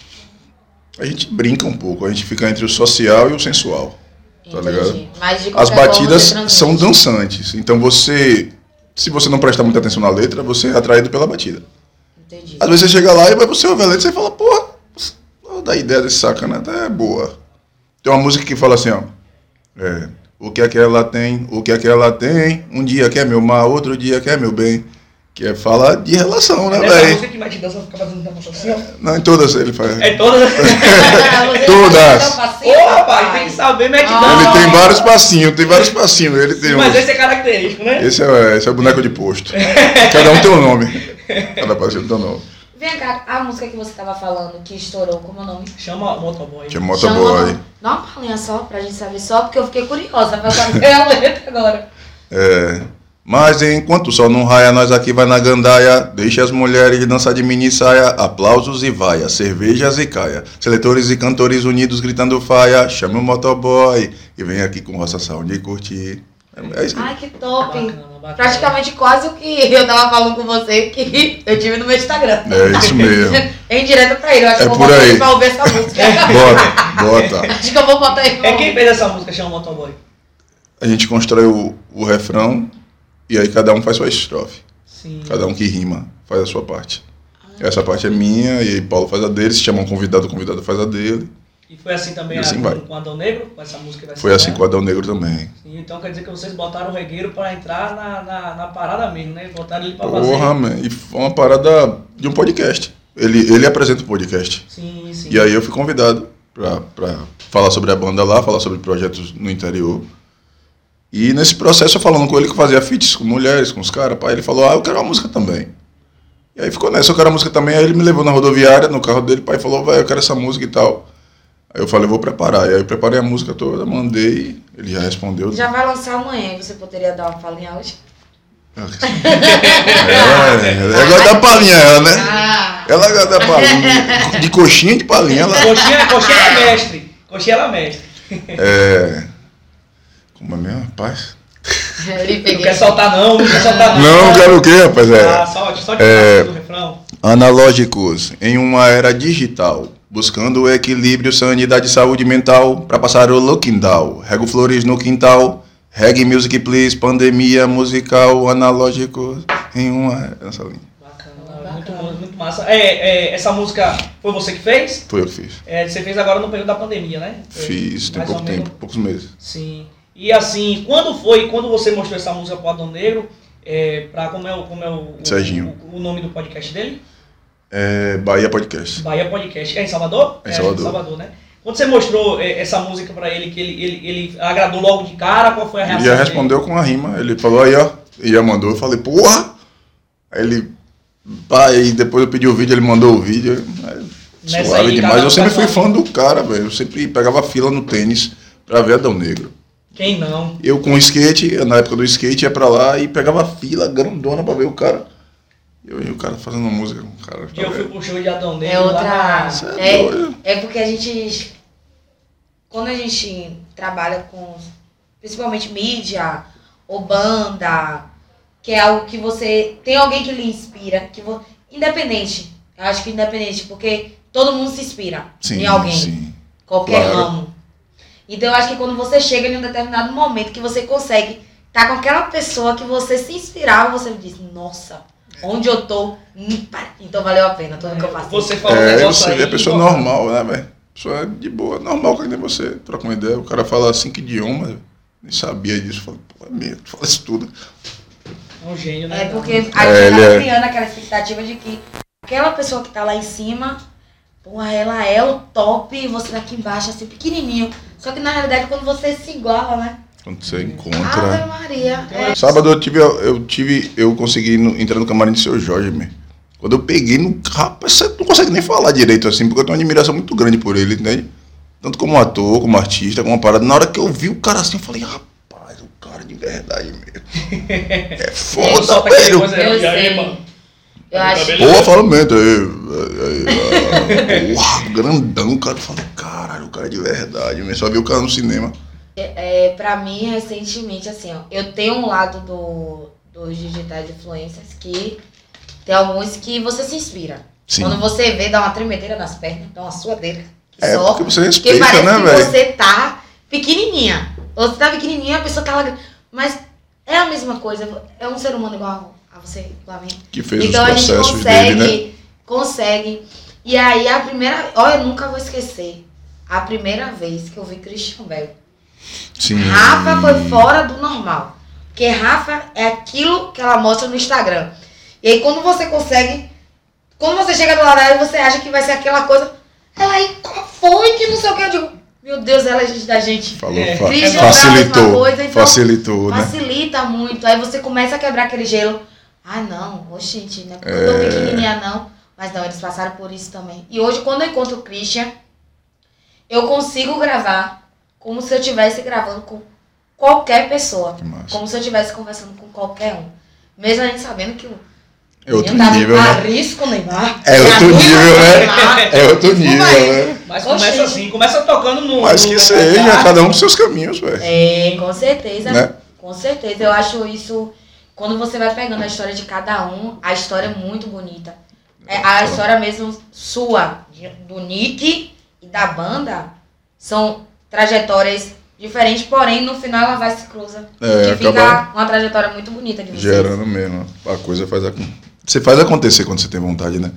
A gente brinca um pouco, a gente fica entre o social e o sensual. Tá ligado? Entendi. Mas de As qualquer forma, batidas você transmite. são dançantes. Então você, se você não prestar muita atenção na letra, você é atraído pela batida. Entendi. Às vezes você chega lá e vai você ouvir a letra e você fala, porra, da ideia desse sacana até é boa. Tem uma música que fala assim, ó. É, o que aquela tem, o que aquela tem, um dia quer meu mal, outro dia quer meu bem. Que é fala de relação, né, É essa velho? música que Mete Dança fica fazendo assim, ó. Não, em todas ele faz. É todas. Você Todas. tá passinho, Ô, rapaz, papai. tem que saber Mete Ah. Dança. Ele tem vários passinhos, tem vários passinhos. Ele tem Mas uns- esse é característico, né? Esse é, esse é o boneco de posto. Cada um tem um nome. Cada passinho tem um nome. Vem cá, a música que você tava falando, que estourou, como é o nome? Chama Motoboy. Que é Motoboy. Dá uma palhinha só, pra gente saber só, porque eu fiquei curiosa pra saber a letra agora. É. Mas enquanto o sol não raia, nós aqui vai na gandaia. Deixa as mulheres dançar de mini saia. Aplausos e vaia, cervejas e caia. Seletores e cantores unidos gritando faia. Chame o motoboy e vem aqui com Roça Sound e curtir. É, é isso aí. Ai, que top. Bacana, bacana. Praticamente quase o que eu tava falando com você, que eu tive no meu Instagram. É isso mesmo. Em direto pra ele, eu acho É que eu vou por botar aí. ele pra ouvir essa música. Bota, bota. Acho que eu vou botar ele pra É quem ouvir. fez essa música, Chama Motoboy. A gente constrói o, o refrão e aí cada um faz sua estrofe. Sim. Cada um que rima faz a sua parte. Essa parte é minha e aí Paulo faz a dele. Se chama um convidado, o convidado faz a dele. E foi assim também E assim a- vai. com, com Adão Negro? Com essa música vai ser Foi assim dela? com o Adão Negro também. Sim, então quer dizer que vocês botaram o regueiro pra entrar na, na, na parada mesmo, né? Botaram ele pra fazer. Porra, man. E foi uma parada de um podcast. Ele, ele apresenta o podcast. Sim, sim. E aí eu fui convidado pra, pra falar sobre a banda lá, falar sobre projetos no interior. E nesse processo, eu falando com ele que eu fazia feats com mulheres, com os caras, pai, ele falou, ah, eu quero uma música também. E aí ficou nessa, eu quero a música também. Aí ele me levou na rodoviária, no carro dele, pai falou, vai, eu quero essa música e tal. Aí eu falei, vou preparar. E aí eu preparei a música toda, mandei, ele já respondeu. Já vai lançar amanhã, e você poderia dar uma palhinha hoje? É, ela gosta da palhinha, ela, né? Ah, Ela gosta da palhinha. De coxinha de palhinha, ela. Coxinha, coxinha é mestre. Coxinha ela é mestre. É. Como é mesmo, rapaz? ele Não peguei. quer soltar não, não quer soltar não. Não, quero o quê, rapaz? Ah, É. solte, solte É. o do refrão. Analógicos em uma era digital, buscando o equilíbrio, sanidade e saúde mental, pra passar o looking down. Rego flores no quintal, reggae music please, pandemia musical, analógicos em uma. Essa linha. Bacana, muito, muito massa. É, é, essa música foi você que fez? Foi eu que fiz. É, você fez agora no período da pandemia, né? É, Fiz, tem mais pouco ou menos. tempo, poucos meses. Sim. E assim, quando foi, quando você mostrou essa música pro Adão Negro, é, pra, como é, o, como é o, Serginho. o, o nome do podcast dele? É Bahia Podcast. Bahia Podcast. É em Salvador? É em Salvador. É em Salvador, né? Quando você mostrou é, essa música pra ele, que ele, ele, ele agradou logo de cara, qual foi a reação Ele já dele? respondeu com a rima. Ele falou aí, ó. E já mandou. Eu falei, porra! Aí ele. Pá, e depois eu pedi o vídeo, ele mandou o vídeo. Aí, Nessa suave aí, demais. cada um Eu sempre fui faz uma- fã do cara, velho. Eu sempre pegava fila no tênis pra ver Adão Negro. Quem não? Eu com o skate, na época do skate, ia pra lá e pegava fila grandona pra ver o cara. Eu e o cara fazendo música com o cara. Um dia eu fui pro show de Adão Negro. É lá outra. na- Cê é doido. É, é porque a gente. Quando a gente trabalha com principalmente mídia ou banda, que é algo que você. Tem alguém que lhe inspira, que vo, independente. Eu acho que independente, porque todo mundo se inspira Sim, em alguém. sim. Qualquer Claro. ramo. Então eu acho que quando você chega em um determinado momento que você consegue estar com aquela pessoa que você se inspirava, você diz, nossa, onde eu tô, hum, pá, então valeu a pena tudo que eu passei. Você falou um É, negócio você aí. vê a pessoa importante. normal, né, velho? Pessoa de boa, normal que nem você. Troca uma ideia, o cara fala cinco idiomas, nem sabia disso. Eu falei, pô, é mesmo, tu fala isso tudo. É um gênio, né? É porque a É, gente ele tá é- criando aquela expectativa de que aquela pessoa que tá lá em cima, porra, ela é o top e você daqui embaixo, assim, pequenininho. Só que na realidade quando você se iguala, né? Quando você Ave encontra. Maria. É. Sábado eu tive, eu tive, eu consegui no- entrar no camarim do seu Jorge, mesmo. Quando eu peguei no. Rapaz, você não consegue nem falar direito assim, porque eu tenho uma admiração muito grande por ele, entende? Tanto como ator, como artista, como uma parada. Na hora que eu vi o cara assim, eu falei, rapaz, o cara de verdade mesmo. É Ele foda, solta aquele velho. coisa Eu e aí, sei. mano? Eu acho que Boa falamento aí. aí, aí, Uau, grandão, cara. Eu falei, caralho, o cara é de verdade. Eu só vi o cara no cinema. É, pra mim, recentemente, assim, ó, eu tenho um lado do, dos digitais influencers que tem alguns que você se inspira. Sim. Quando você vê, dá uma tremedeira nas pernas, dá uma suadeira. É, Só, porque você porque respeita, parece né, que velho? você tá pequenininha. Você tá pequenininha, a pessoa tá lá. Mas é a mesma coisa, é um ser humano igual a você, igual a mim. Que fez Então os a gente processos consegue, dele, né? consegue. E aí a primeira, olha, eu nunca vou esquecer. A primeira vez que eu vi Christian Bell. Sim. Rafa foi fora do normal. Porque Rafa é aquilo que ela mostra no Instagram. E aí quando você consegue, quando você chega do lado dela e você acha que vai ser aquela coisa, ela aí, qual foi que não sei o que? Eu digo, meu Deus, ela é gente da gente. Falou, É. fa- Christian Bell, a mesma facilitou. coisa, então- facilitou, né? Facilita muito. Aí você começa a quebrar aquele gelo. Ah, não, oxe, gente, não é porque eu tô É. pequenininha, não. Mas não, eles passaram por isso também. E hoje, quando eu encontro o Christian, eu consigo gravar como se eu estivesse gravando com qualquer pessoa. Que massa. Como se eu estivesse conversando com qualquer um. Mesmo a gente sabendo que o É outro menino tá nível, a né? risco Neymar. É outro a nível, risco né? Neymar. É outro nível, Vai. né? Mas Oxe. começa assim, começa tocando no. Mas no que mercado de seja, arte. cada um com seus caminhos, velho. É, com certeza. Né? Com certeza. Eu acho isso. Quando você vai pegando a história de cada um, a história é muito bonita. É, a história mesmo sua, de- do Nick e da banda, são trajetórias diferentes, porém no final ela vai se cruza. É, que fica acaba uma trajetória muito bonita de vocês. gerando mesmo. A coisa faz acon- Você faz acontecer quando você tem vontade, né?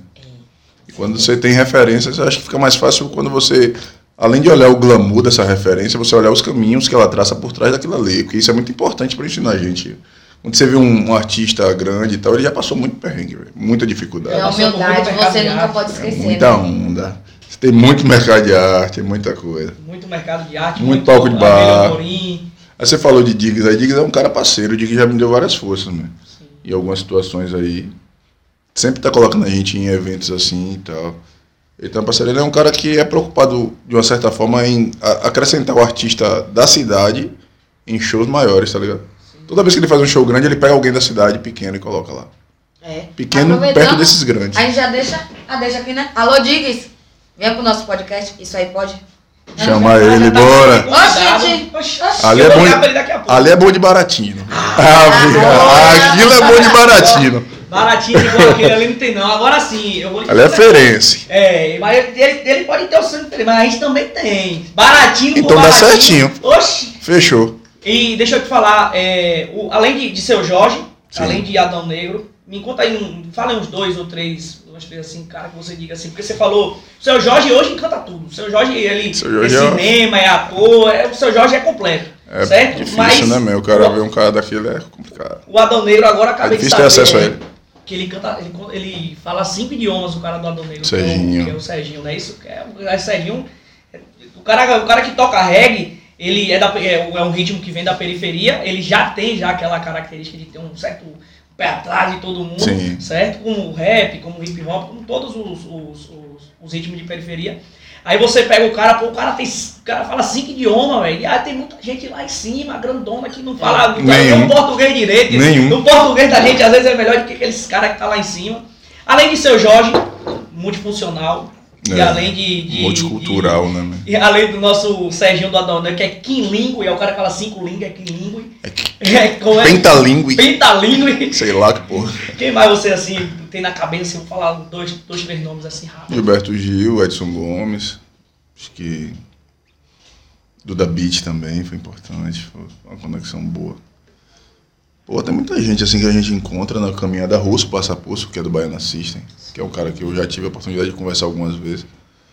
E quando você tem referências, eu acho que fica mais fácil quando você, além de olhar o glamour dessa referência, você olhar os caminhos que ela traça por trás daquilo ali. Porque isso é muito importante para ensinar a gente. Quando você vê um, um artista grande e tal, ele já passou muito perrengue, velho. Muita dificuldade. É a Passou por humildade, muito mercado você de nunca arte, pode É esquecer. muita né? onda. Você tem muito mercado de arte, muita coisa. Muito mercado de arte, Muito palco de bar. Abelha Amorim. Aí você falou de Diggs, aí Diggs é um cara parceiro, o Diggs já me deu várias forças, né? Em algumas situações aí. Sempre tá colocando a gente em eventos assim e tal. Então, parceiro, ele é um cara que é preocupado, de uma certa forma, em a- acrescentar o artista da cidade em shows maiores, tá ligado? Toda vez que ele faz um show grande, ele pega alguém da cidade pequeno e coloca lá. É. Pequeno Aproveitando, perto desses grandes. A gente já deixa, ah, deixa aqui, né? Alô, Diggs, venha pro nosso podcast, isso aí pode? Chama Ah, já ele, tá bora. convidado. Ô, gente. Oxi, Ali eu é vou bom ligar de- pra ele daqui a pouco. Ali é bom de baratino. Ah, viado, ah, aquilo é bom de baratino. Baratinho igual aquele ali não tem não. Agora sim, eu vou lhe Ali é dizer- ferense. É, mas ele, ele pode ter o sangue dele, mas a gente também tem. Baratinho Então com dá baratinho. certinho. Oxi. Fechou. E deixa eu te falar, é, o- além de, de Seu Jorge, Sim. além de Adão Negro, me conta aí, um, fala aí uns dois ou três, umas três assim, cara, que você diga assim, porque você falou, o Seu Jorge hoje encanta tudo. O Seu Jorge, ele Seu Jorge é é- cinema, é ator, é, o Seu Jorge é completo. É certo? difícil, Mas né, meu? O cara o, ver um cara daquele é complicado. o Adão Negro agora acabei É difícil de ter saber acesso a é, ele. que ele canta, ele, con- ele fala cinco idiomas, o cara do Adão Negro. Serginho. Que é o, que é o Serginho, não é isso? É, o é Serginho. é- O cara, o cara que toca reggae, ele é, da, é, é um ritmo que vem da periferia, ele já tem já aquela característica de ter um certo pé atrás de todo mundo, Sim. certo? Como o rap, como o hip hop, como todos os, os, os, os ritmos de periferia. Aí você pega o cara, pô, o cara tem. O cara fala cinco idiomas, velho. E ah, tem muita gente lá em cima, grandona, que não fala Nenhum. nem o português direito. Nenhum. O português da gente às vezes é melhor do que aqueles caras que tá lá em cima. Além de ser o Jorge, multifuncional. E É, além de. de multicultural, de- né, meu? E além do nosso Serginho do Adão, né, que é quinlingue, é o cara que fala cinco línguas, é quinlingue. É, como é? Pentalingue. Pentalingue. Sei lá que porra. Quem mais você assim tem na cabeça? Assim, vou falar dois, dois, três nomes assim rápido. Gilberto Gil, Edson Gomes. Acho que Duda Beat também foi importante. Foi uma conexão boa. Pô, tem muita gente assim que a gente encontra na caminhada Russo Passaposto, que é do Baiana System, que é um cara que eu já tive a oportunidade de conversar algumas vezes.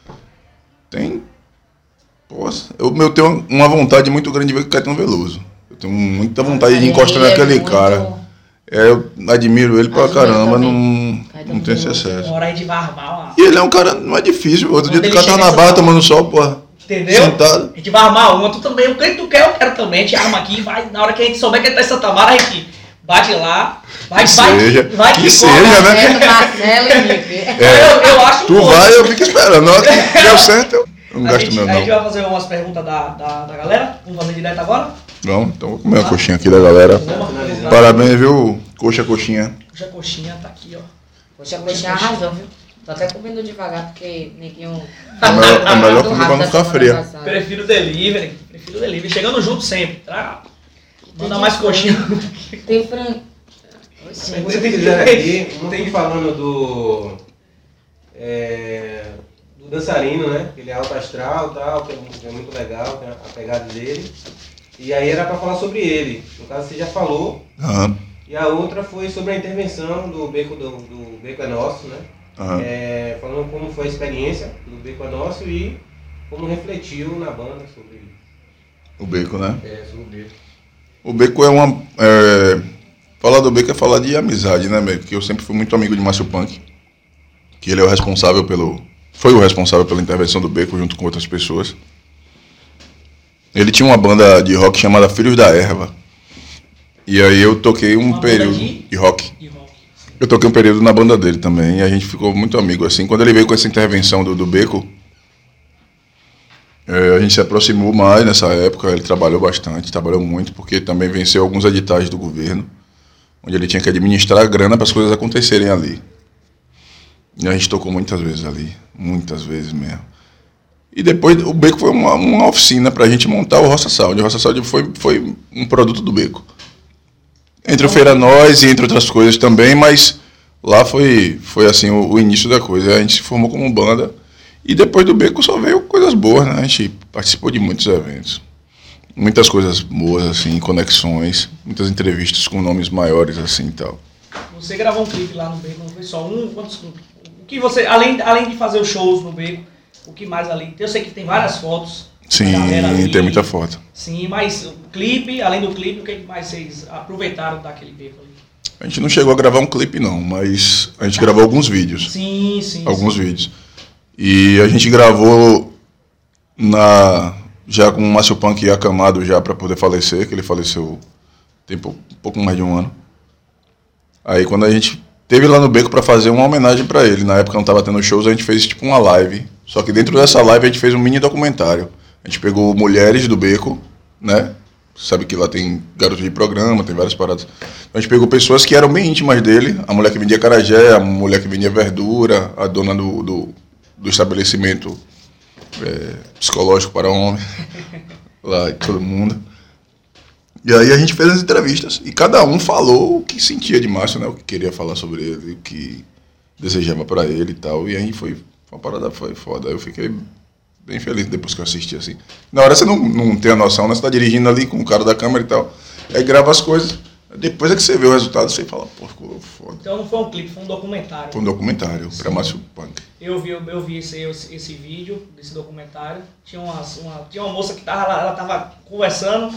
Tem. Pô, eu, eu tenho uma vontade muito grande de ver o Caetano Veloso. Eu tenho muita vontade de encostar Ele é naquele muito- cara. É, eu admiro ele pra Admiro caramba, também. não, Caetano não tem esse Veloso. acesso. Uma hora a gente vai armar uma. E ele é um cara, não é difícil. Outro Quando dia o ele cara tava chega na em barra São Paulo. tomando sol, porra. Entendeu? Sentado. A gente vai armar uma, tu também, o que tu quer, eu quero também, a gente arma aqui, vai, na hora que a gente souber que ele tá em Santa Mara, a gente bate lá, vai, Que vai, seja, vai que cola. seja, né? Roberto, Marcelo e Henrique. É. Eu, eu acho Tu bom. vai, eu fico esperando. Na hora que deu certo, eu não a gasto gente, meu a gente não. vai fazer umas perguntas da, da, da galera, vamos fazer direto agora? Vamos, então vou comer uma coxinha aqui da galera. Vamos finalizar. Parabéns, viu? Coxa, coxinha. Puxa a coxinha, tá aqui, ó. Poxa, a coxinha arrasou, viu? Tô até comendo devagar, porque neguinho... É melhor, é melhor Muito comer pra rápido não ficar da semana fria. passada. Prefiro delivery, prefiro delivery, chegando junto sempre, tá? Manda Tem mais de coxinha. Tem frango. Se você quiser aqui, um aqui falando do, é, do dançarino, né? Ele é alto astral e tal, que é muito, é muito legal, tem a pegada dele. E aí era para falar sobre ele. No caso você já falou. Aham, E a outra foi sobre a intervenção do Beco, do, do Beco é Nosso, né? aham. É, falando como foi a experiência do Beco é Nosso e como refletiu na banda sobre, O beco, né? é, sobre o Beco. O beco é uma. É... Falar do beco é falar de amizade, né, meu? Porque eu sempre fui muito amigo de Márcio Punk. Que ele é o responsável pelo. Foi o responsável pela intervenção do beco junto com outras pessoas. Ele tinha uma banda de rock chamada Filhos da Erva. E aí eu toquei um Uma banda período de? de rock. E rock. Eu toquei um período na banda dele também, e a gente ficou muito amigo, assim. Quando ele veio com essa intervenção do, do Beco, é, a gente se aproximou mais nessa época, ele trabalhou bastante, trabalhou muito, porque também venceu alguns editais do governo, onde ele tinha que administrar a grana para as coisas acontecerem ali. E a gente tocou muitas vezes ali, muitas vezes mesmo. E depois o Beco foi uma, uma oficina para a gente montar o Roça Sound. O Roça Sound foi, foi um produto do Beco. Entre o Feira Nós e entre outras coisas também, mas lá foi, foi assim o, o início da coisa. A gente se formou como banda e depois do Beco só veio coisas boas, né? A gente participou de muitos eventos. Muitas coisas boas, assim, conexões, muitas entrevistas com nomes maiores, assim e tal. Você gravou um clipe lá no Beco, não foi só um? Quantos? O que você, além, além de fazer os shows no Beco, o que mais ali? Eu sei que tem várias fotos. Sim, da galera ali. tem muita foto. Sim, mas o clipe, além do clipe, o que mais vocês aproveitaram daquele Beco ali? A gente não chegou a gravar um clipe não, mas a gente gravou alguns vídeos. Sim, sim. Alguns sim. vídeos. E a gente gravou na já com o Márcio Punk acamado já para poder falecer, que ele faleceu tem um pouco mais de um ano. Aí quando a gente teve lá no Beco para fazer uma homenagem para ele, na época não estava tendo shows, a gente fez tipo uma live. Só que dentro dessa live a gente fez um mini documentário. A gente pegou mulheres do Beco, né? Sabe que lá tem garotos de programa, tem várias paradas. Então a gente pegou pessoas que eram bem íntimas dele, a mulher que vendia acarajé, a mulher que vendia verdura, a dona do, do, do estabelecimento é, psicológico para homem, lá e todo mundo. E aí a gente fez as entrevistas e cada um falou o que sentia de Márcio, né? O que queria falar sobre ele, o que desejava para ele e tal. E aí foi, foi uma parada, foi foda. Eu fiquei bem feliz depois que eu assisti, assim. Na hora você não, não tem a noção, né? Você tá dirigindo ali com o cara da câmera e tal, aí grava as coisas, depois é que você vê o resultado, você fala, pô, ficou foda. Então não foi um clipe, foi um documentário. Foi um documentário para Márcio Punk. Eu vi, eu, eu vi esse, esse, esse vídeo desse documentário. Tinha, umas, uma, tinha uma moça que tava lá, ela tava conversando,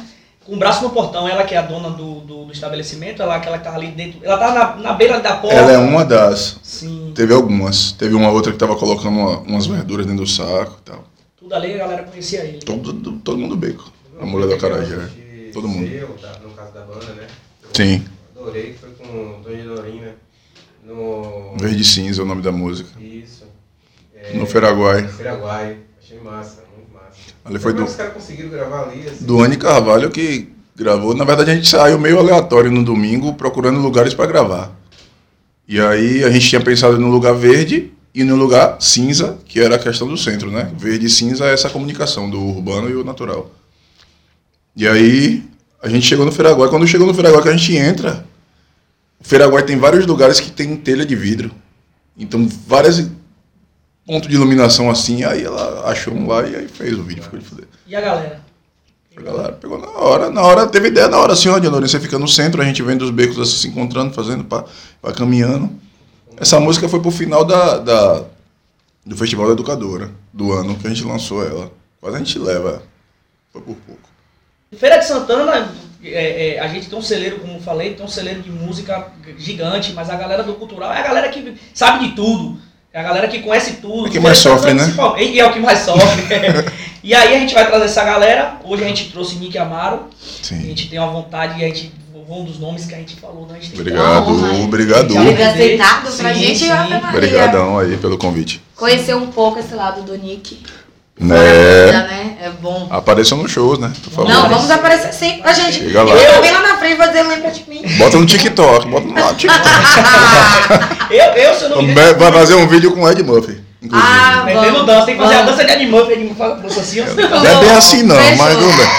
com o braço no portão, ela que é a dona do, do, do estabelecimento, ela aquela que tava ali dentro, ela tava na, na beira da porta. Ela é uma das. Sim. Teve algumas. Teve uma outra que tava colocando uma, umas verduras dentro do saco e tal. Tudo ali a galera conhecia ele. Todo, todo, todo mundo beco. A mulher do Acarajé. Todo mundo. Seu, no caso da banda, né? Eu Sim. Adorei, foi com o Tony Dorina. No... Verde Cinza é o nome da música. Isso. É... No Feraguai. No Feraguai. Achei massa, muito massa. Ali foi Como do, os caras conseguiram gravar ali? Assim? do Anny Carvalho que gravou. Na verdade a gente saiu meio aleatório no domingo procurando lugares para gravar. E aí a gente tinha pensado no lugar verde e no lugar cinza, que era a questão do centro, né? Verde e cinza é essa comunicação do urbano e o natural. E aí a gente chegou no Feraguai. Quando chegou no Feraguai que a gente entra, o Feraguai tem vários lugares que tem telha de vidro. Então várias pontos de iluminação assim, aí ela achou um lá e aí fez o vídeo, ficou de fuder. E a galera? A galera pegou na hora, na hora, teve ideia na hora, assim, ó, Dianori, você fica no centro, a gente vem dos becos assim, se encontrando, fazendo, pá, vai caminhando. Essa música foi pro final da, da, do Festival da Educadora, do ano que a gente lançou ela. Quase a gente leva, foi por pouco. Feira de Santana, é, é, a gente tem um celeiro, como eu falei, tem um celeiro de música gigante, mas a galera do cultural é a galera que sabe de tudo. É a galera que conhece tudo. É que mais sofre, né? E é o que mais sofre. E aí a gente vai trazer essa galera. Hoje a gente trouxe Nick Amaro. Sim. A gente tem uma vontade e a gente... Um dos nomes que a gente falou, né? A gente tem obrigado, obrigado. Ele é aceitado pra sim, gente. Sim. Obrigadão aí pelo convite. Conhecer um pouco esse lado do Nick. Né? Vida, né? É bom. Apareçam no show, né? Por favor. Não, vamos aparecer sim. A gente. Chega lá. Eu vou lá na frente e vou dizer, lembra de mim. Bota no TikTok, bota no TikTok. eu, eu, se eu não me engano, vai fazer um vídeo com o Ed Murphy. Inclusive. Ah, metendo dança, tem que fazer a dança de Ed Murphy. Ed Murphy faz dança assim, assim. Não é bem assim não, Fechou. mas tudo bem.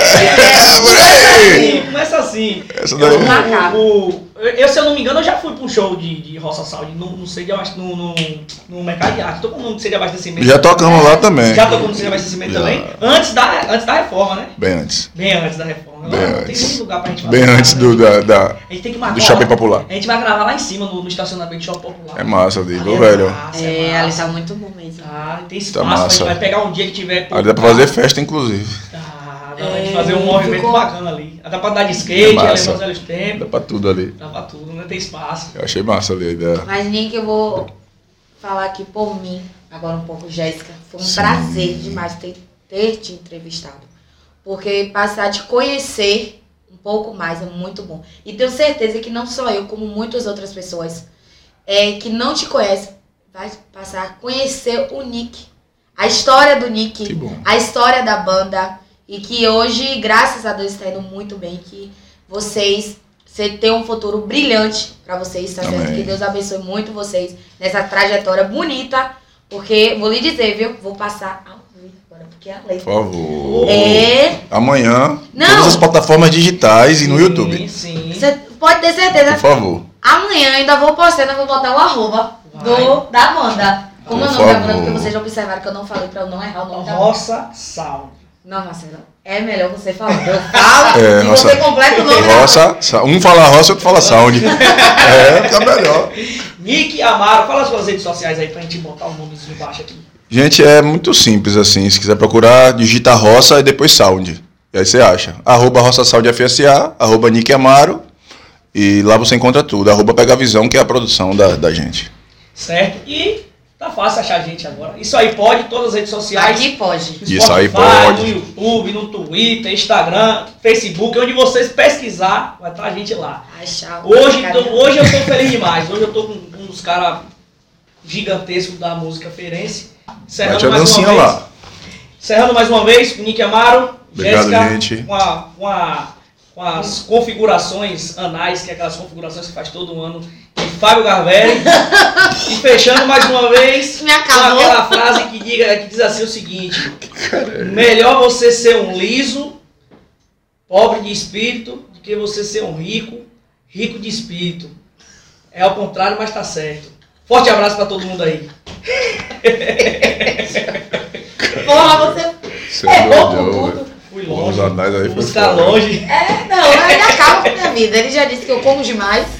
É, começa assim. Essa daí. Eu, o, eu, se eu não me engano, eu já fui para um show de, de Roça Saúde, no, no, no, no, no Mercado de Arte. Tô com o nome de C de Abastecimento. Já tocamos lá também. Já tocamos no C de Abastecimento já. Também. Antes da, antes da reforma, né? Bem antes. Bem antes da reforma. Bem Agora, antes. Tem muito lugar pra gente fazer. Bem antes do, da, da, a gente tem que marcar do Shopping lá. Popular. A gente vai gravar lá em cima, no, no estacionamento do Shopping Popular. É massa ali, viu, é velho? Massa, É, é ali massa. tá muito bom mesmo. Ah, tem Tá espaço, massa. a gente vai pegar um dia que tiver... Ali dá pra fazer festa, inclusive. Ah, dá pra É, gente fazer um movimento ficou... bacana ali. Dá pra andar de skate, É massa. levar os velhos tempos. Dá pra tudo ali. Dá pra tudo, não tem espaço. Eu achei massa ali a ideia. Mas, Nick, eu vou falar aqui por mim, agora um pouco, Jéssica. Foi um Sim. prazer demais ter, ter te entrevistado. Porque passar a te conhecer um pouco mais é muito bom. E tenho certeza que não só eu, como muitas outras pessoas é, que não te conhecem, vai passar a conhecer o Nick. A história do Nick. Que bom. A história da banda. E que hoje, graças a Deus, está indo muito bem. Que vocês... Você tem um futuro brilhante para vocês, tá certo? Amém. Que Deus abençoe muito vocês nessa trajetória bonita. Porque, vou lhe dizer, viu? Vou passar ao vivo agora, porque é a lei. Por favor. É. Amanhã, Não. todas as plataformas digitais e no Sim, YouTube. Sim. Você pode ter certeza. Por favor. Amanhã ainda vou postar, ainda vou botar o arroba do, da banda. Como é o Por nome da banda? favor. Porque vocês já observaram que eu não falei pra eu não errar o nome da banda. Roça Sal. Não, Marcelo. É melhor você falar. Eu falo É, e nossa. você completa o nome da Roça, sa- um fala roça, outro fala sound. É, fica melhor. Nick Amaro, fala as suas redes sociais aí pra gente botar o nomezinho embaixo aqui. Gente, é muito simples assim. Se quiser procurar, digita roça e depois sound. E aí você acha. Arroba roça sound F S A, arroba Nick Amaro. E lá você encontra tudo. Arroba Pega a Visão, que é a produção da, da gente. Certo? E tá fácil achar a gente agora. Isso aí pode, todas as redes sociais. Aqui pode. No Isso aí Spotify, pode. No YouTube, no Twitter, Instagram, Facebook, onde vocês pesquisar, vai estar a gente lá. Achar o Hoje, carinho. tô- hoje eu tô feliz demais. Hoje eu tô com um dos caras gigantescos da música feirense. Encerrando Bate a mais uma dancinha vez. lá. Encerrando mais uma vez com o Nick Amaro. Obrigado, Jéssica, gente. Com, a, com, a, com as configurações anais, que é aquelas configurações que faz todo ano, de Fábio Garvelli. E fechando mais uma vez Me com acabou. aquela frase que, diga, que diz assim o seguinte: melhor você ser um liso, pobre de espírito, do que você ser um rico, rico de espírito. É ao contrário, mas tá certo. Forte abraço pra todo mundo aí. Porra, você Você é doido, bom com velho. tudo. Fui Os longe. anais aí Fui foi buscar foda. longe. É, não, ele acaba com a minha vida. Ele já disse que eu como demais.